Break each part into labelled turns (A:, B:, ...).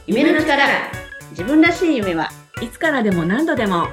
A: 夢の力。自分らしい夢はいつからでも何度でも。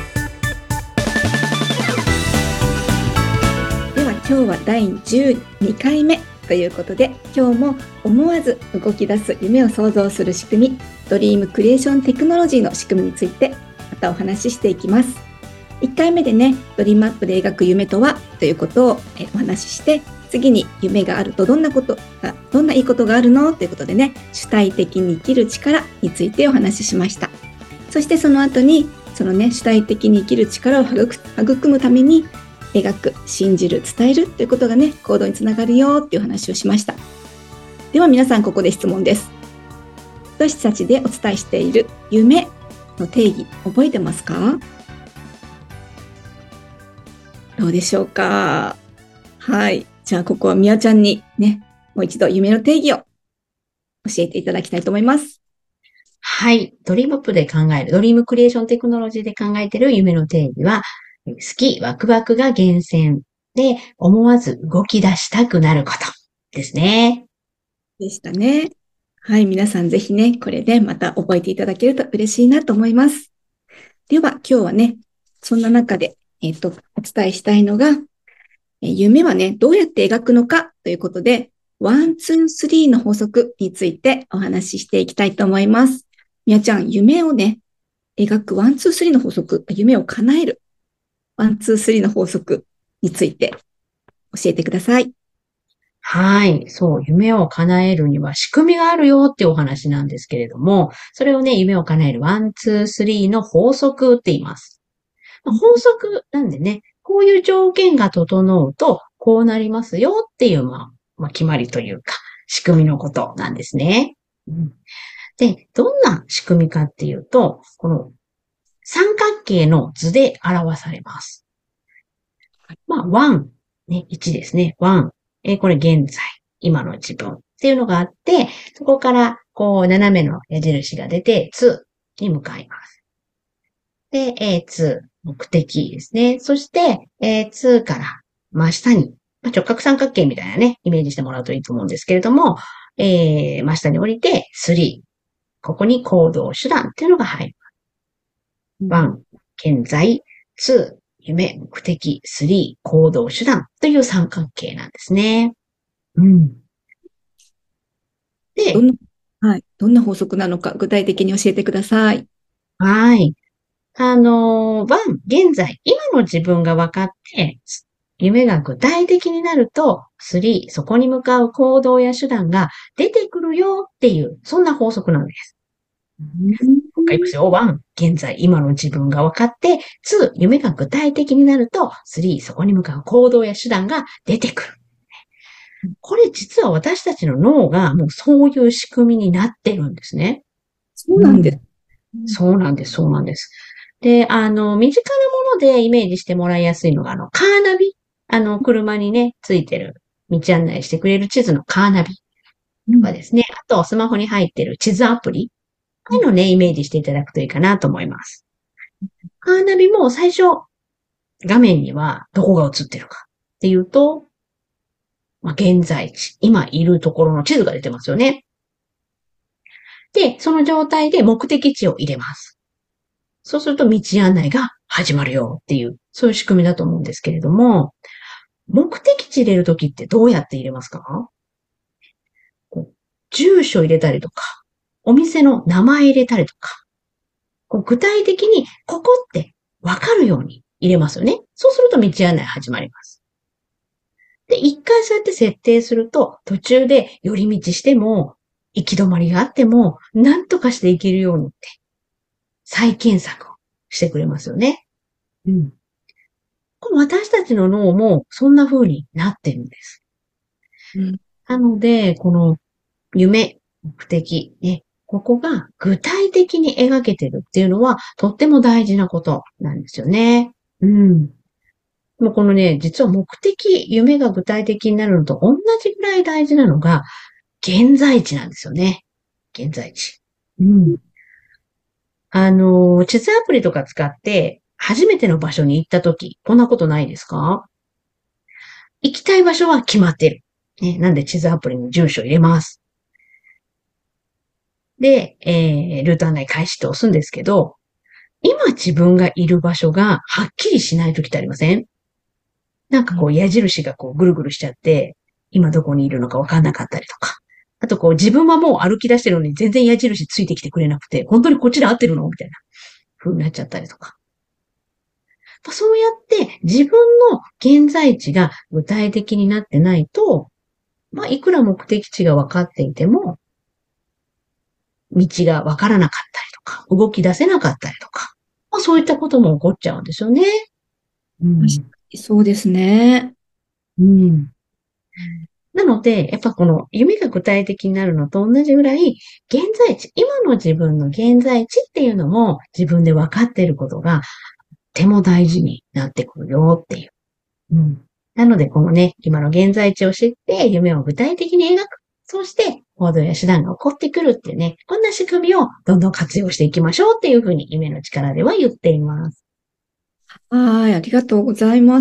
B: では今日は第12回目ということで、今日も思わず動き出す夢を創造する仕組み、ドリームクリエーションテクノロジーの仕組みについてまたお話ししていきます。1回目でね、ドリームアップで描く夢とはということをお話しして、次に夢があるとどんないいことがあるのということでね、主体的に生きる力についてお話ししました。そしてその後にそのね、主体的に生きる力を育むために描く、信じる、伝えるということがね、行動につながるよっていう話をしました。では皆さん、ここで質問です。私たちでお伝えしている夢の定義、覚えてますか？どうでしょうか？はい。じゃあ、ここはみやちゃんにね、もう一度夢の定義を教えていただきたいと思います。
C: はい。ドリームアップで考える、ドリームクリエーションテクノロジーで考えている夢の定義は、好き、ワクワクが源泉で、思わず動き出したくなることですね。
B: でしたね。はい。皆さんぜひね、これでまた覚えていただけると嬉しいなと思います。では、今日はね、そんな中で、お伝えしたいのが、夢はね、どうやって描くのかということで、ワン、ツー、スリーの法則についてお話ししていきたいと思います。みやちゃん、夢をね、描くワン、ツー、スリーの法則、夢を叶えるワン、ツー、スリーの法則について教えてください。
C: はい。そう、夢を叶えるには仕組みがあるよっていうお話なんですけれども、それをね、夢を叶えるワン、ツー、スリーの法則って言います。法則なんでね、こういう条件が整うと、こうなりますよっていう、決まりというか、仕組みのことなんですね。で、どんな仕組みかっていうと、この三角形の図で表されます。1、ね、1ですね。1、これ現在、今の自分っていうのがあって、そこから、こう、斜めの矢印が出て、2に向かいます。で、2、目的ですね。そして、2から真下に、直角三角形みたいなね、イメージしてもらうといいと思うんですけれども、真下に降りて、3。ここに行動手段っていうのが入る。1、現在、2、夢、目的、3、行動手段という三角形なんですね。
B: で、どんな法則なのか具体的に教えてください。
C: はい。1、現在、今の自分が分かって、夢が具体的になると、3、そこに向かう行動や手段が出てくるよっていう、そんな法則なんです。もう一回いきますよ。1、現在、今の自分が分かって、2、夢が具体的になると、3、そこに向かう行動や手段が出てくる。これ実は私たちの脳がもうそういう仕組みになってるんですね。
B: そうなんです。
C: そうなんです、そうなんです。で、身近なものでイメージしてもらいやすいのが、カーナビ。車にね、ついてる、道案内してくれる地図のカーナビとかですね。あと、スマホに入ってる地図アプリ。ああいうのをね、イメージしていただくといいかなと思います。カーナビも最初、画面にはどこが映ってるかっていうと、現在地、今いるところの地図が出てますよね。で、その状態で目的地を入れます。そうすると道案内が始まるよっていう、そういう仕組みだと思うんですけれども、目的地入れるときってどうやって入れますか？住所入れたりとか、お店の名前入れたりとか、具体的にここってわかるように入れますよね。そうすると道案内始まります。で、一回そうやって設定すると、途中で寄り道しても、行き止まりがあっても、なんとかして行けるようにって、再検索をしてくれますよね。この私たちの脳もそんな風になってるんです。なので、この夢、目的、ね、ここが具体的に描けてるっていうのはとっても大事なことなんですよね。もうこのね、実は目的、夢が具体的になるのと同じぐらい大事なのが、現在地なんですよね。現在地。地図アプリとか使って、初めての場所に行ったとき、こんなことないですか？行きたい場所は決まってる。ね、なんで地図アプリに住所入れます。 で、ルート案内開始って押すんですけど、今自分がいる場所がはっきりしない時ってありません？なんかこう矢印がこうぐるぐるしちゃって、今どこにいるのかわかんなかったりとか。あとこう自分はもう歩き出してるのに全然矢印ついてきてくれなくて、本当にこっちで合ってるのみたいな風になっちゃったりとか。そうやって自分の現在地が具体的になってないと、いくら目的地が分かっていても、道が分からなかったりとか、動き出せなかったりとか、そういったことも起こっちゃうんですよね。うん。
B: 確かにそうですね。
C: うん。なので、やっぱこの夢が具体的になるのと同じぐらい、現在地、今の自分の現在地っていうのも自分で分かっていることがとても大事になってくるよっていう。うん。なので、このね、今の現在地を知って夢を具体的に描く。そして、行動や手段が起こってくるっていうね、こんな仕組みをどんどん活用していきましょうっていうふうに夢の力では言っています。
B: はい、ありがとうございます。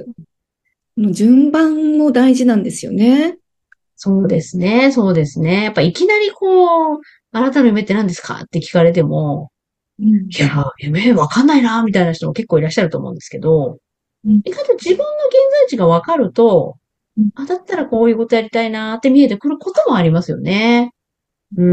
B: 順番も大事なんですよね。
C: そうですね、そうですね。やっぱいきなりこう、あなたの夢って何ですかって聞かれても、
B: うん。
C: いや、夢わかんないな、みたいな人も結構いらっしゃると思うんですけど、
B: うん。
C: 意外と自分の現在地がわかると、
B: うん。
C: だったらこういうことやりたいなって見えてくることもありますよね。うん。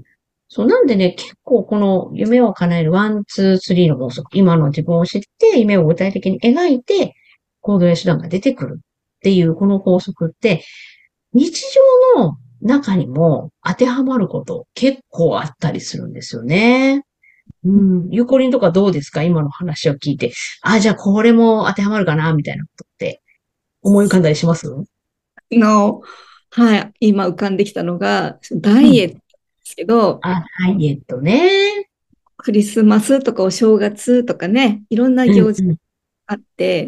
C: そう、なんでね、結構この夢を叶えるワン、ツー、スリーの法則、今の自分を知って夢を具体的に描いて行動や手段が出てくるっていうこの法則って、日常の中にも当てはまること結構あったりするんですよね。うん。ゆうこりんとかどうですか？今の話を聞いて。じゃあこれも当てはまるかなみたいなことって思い浮かんだりします？
B: の、はい、今浮かんできたのが、ダ
C: うん。
B: イエットですけど、
C: ダイエットね。
B: クリスマスとかお正月とかね、いろんな
C: うん、
B: 行事
C: うん、
B: あって、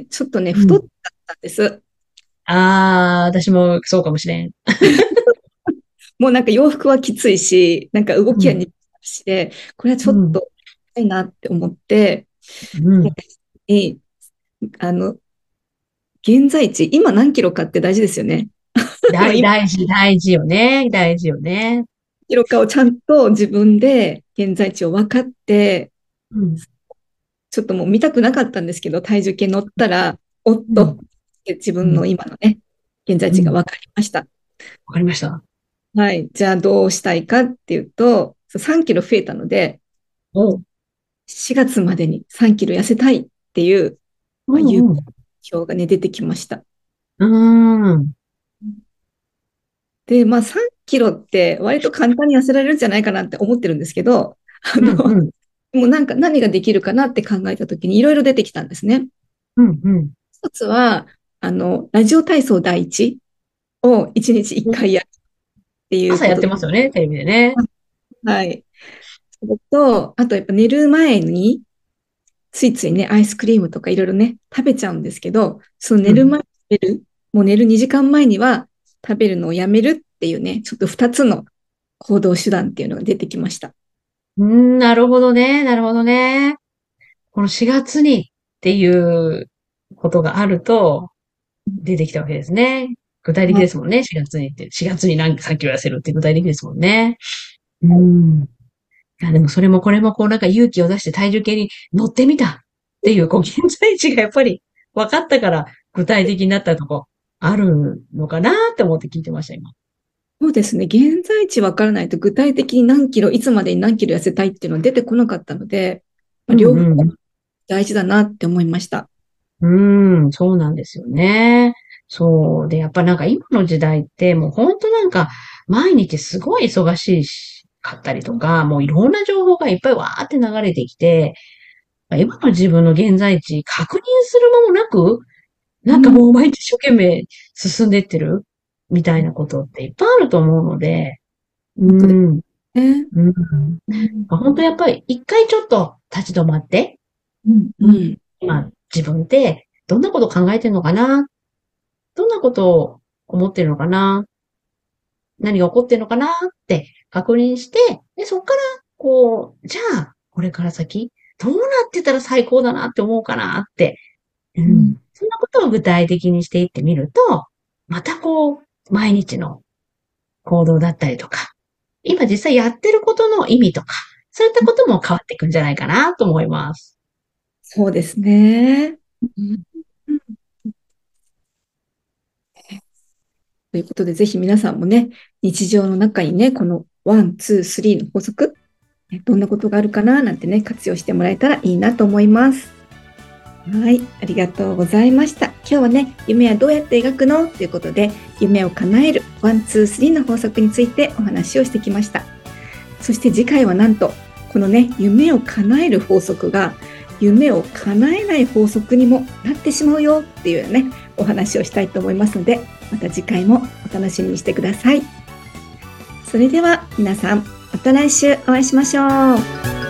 B: ちょっとね、
C: うん。
B: 太っちゃったんです。
C: 私もそうかもしれん。
B: もうなんか洋服はきついし、なんか動
C: うん、
B: きは鈍いしで、これはち
C: うん、
B: ょっといいなって思って、
C: うん。
B: えあの、現在地、今何キロかって大事ですよね。今
C: 大事よね。大事よね。
B: キロかをちゃんと自分で現在地を分かって、
C: うん、
B: ちょっともう見たくなかったんですけど、体重計乗ったら、おっと、
C: うん、うん、
B: 自分の今のね、現在
C: うん。
B: 地が分かりました。
C: わかりました。
B: はい。じゃあどうしたいかっていうと、3キロ増えたので、
C: おう、
B: 4月までに3キロ痩せたいっていう、有
C: うん、うん。
B: 表がね、出てきました。
C: うーん。
B: で、3キロって割と簡単に痩せられるんじゃないかなって思ってるんですけど、
C: うん、うん、
B: もうなんか何ができるかなって考えたときにいろいろ出てきたんですね。
C: うん、うん。
B: 一つは、ラジオ体操第一を1日1回やるっていう
C: 朝やっ
B: ことで、
C: てますよね、テレビでね。
B: はい。それと、あとやっぱ寝る前に、ついついね、アイスクリームとかいろいろね、食べちゃうんですけど、その寝
C: うん。
B: る前に食べる、もう寝る2時間前には食べるのをやめるっていうね、ちょっと2つの行動手段っていうのが出てきました。
C: なるほどね、なるほどね。この4月にっていうことがあると、出てきたわけですね。具体的
B: はい。
C: ですもんね、4月にって。4月に何3キロ痩せるって具体的ですもんね。うん。いや、でもそれもこれもこうなんか勇気を出して体重計に乗ってみたっていう、こう現在地がやっぱり分かったから具体的になったとこあるのかなって思って聞いてました、今。
B: そうですね。現在地わからないと具体的に何キロ、いつまでに何キロ痩せたいっていうのは出てこなかったので、
C: うん
B: 両方
C: うん
B: 大事だなって思いました。
C: そうなんですよね。そう。で、やっぱなんか今の時代ってもう本当なんか毎日すごい忙しかったりとか、もういろんな情報がいっぱいわーって流れてきて、今の自分の現在地確認する間もなく、なんか
B: うん。
C: もう毎日一生懸命進んでってるみたいなことっていっぱいあると思うので、う
B: 本当で
C: ん、
B: すね。
C: うん。
B: うん。
C: 本当やっぱり一回ちょっと立ち止まって、
B: うん。
C: うん、
B: うん。
C: 今自分ってどんなこと考えてるのかな、どんなことを思ってるのかな、何が起こってるのかなって確認して、で、そこから、こう、じゃあ、これから先、どうなってたら最高だなって思うかなって、
B: うん。
C: そんなことを具体的にしていってみると、またこう、毎日の行動だったりとか、 今実際やってることの意味とか、そういったことも変わっていくんじゃないかなと思います。
B: そうですね。うんうんということで、ぜひ皆さんもね、日常の中にね、このワン、ツー、スリーの法則、どんなことがあるかななんてね、活用してもらえたらいいなと思います。はい、ありがとうございました。今日はね、夢はどうやって描くのということで、夢を叶えるワン、ツー、スリーの法則についてお話をしてきました。そして次回はなんと、このね、夢を叶える法則が、夢を叶えない法則にもなってしまうよっていうね、お話をしたいと思いますので、また次回もお楽しみにしてください。それでは皆さん、また来週お会いしましょう。